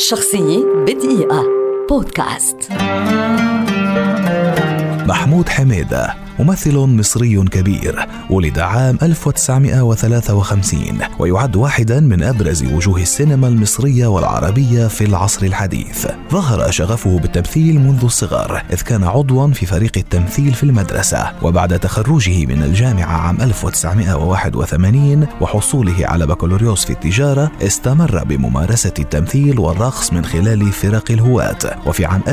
شخصية بدقيقة بودكاست. محمود حميدة ممثل مصري كبير، ولد عام 1953 ويعد واحدا من أبرز وجوه السينما المصرية والعربية في العصر الحديث. ظهر شغفه بالتمثيل منذ الصغر، إذ كان عضوا في فريق التمثيل في المدرسة، وبعد تخرجه من الجامعة عام 1981 وحصوله على بكالوريوس في التجارة استمر بممارسة التمثيل والرقص من خلال فرق الهواة. وفي عام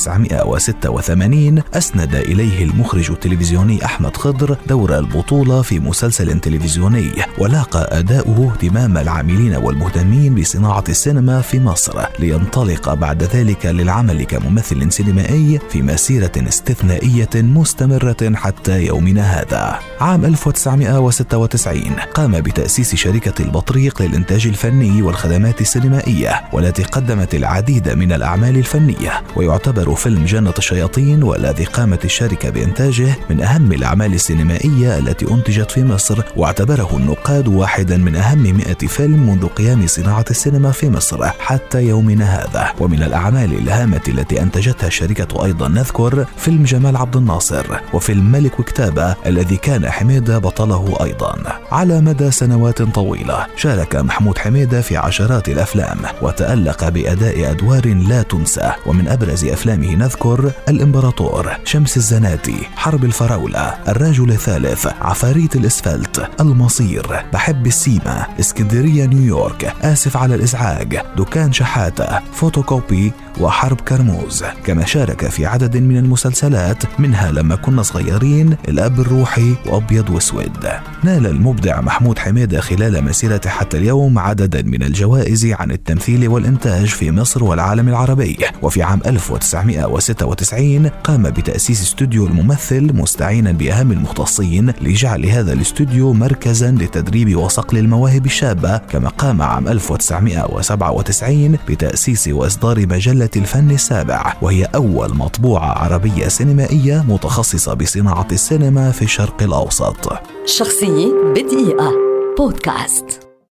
1986 أسند إليه المخرج التلفزيوني أحمد خضر دور البطولة في مسلسل تلفزيوني، ولاقى أداؤه اهتمام العاملين والمهتمين بصناعة السينما في مصر، لينطلق بعد ذلك للعمل كممثل سينمائي في مسيرة استثنائية مستمرة حتى يومنا هذا. عام 1996 قام بتأسيس شركة البطريق للإنتاج الفني والخدمات السينمائية، والتي قدمت العديد من الأعمال الفنية، ويعتبر فيلم جنة الشياطين والذي قامت الشركة بإنتاجه من أهم الأعمال السينمائية التي أنتجت في مصر، واعتبره النقاد واحدا من أهم 100 فيلم منذ قيام صناعة السينما في مصر حتى يومنا هذا. ومن الأعمال الهامة التي أنتجتها الشركة أيضا نذكر فيلم جمال عبد الناصر، وفيلم ملك وكتابة الذي كان حميدة بطله أيضا. على مدى سنوات طويلة شارك محمود حميدة في عشرات الأفلام، وتألق بأداء أدوار لا تنسى، ومن أبرز أفلامه نذكر الإمبراطور، شمس الزناتي، حرب الفراولة، الرجل الثالث، عفاريت الإسفلت، المصير، بحب السيما، اسكندرية نيويورك، آسف على الإزعاج، دكان شحاتة، فوتوكوبي، وحرب كرموز. كما شارك في عدد من المسلسلات، منها لما كنا صغيرين، الأب الروحي، وأبيض واسود. نال المبدع محمود حميدة خلال مسيرته حتى اليوم عددا من الجوائز عن التمثيل والإنتاج في مصر والعالم العربي. وفي عام 1996 قام بتأسيس استوديو الممثل مستعينا بأهم المختصين لجعل هذا الاستوديو مركزا لتدريب وصقل المواهب الشابة. كما قام عام 1997 بتأسيس وإصدار مجلة الفن السابع، وهي أول مطبوعة عربية سينمائية متخصصة بصناعة السينما في الشرق الأوسط. شخصية بدقيقة بودكاست.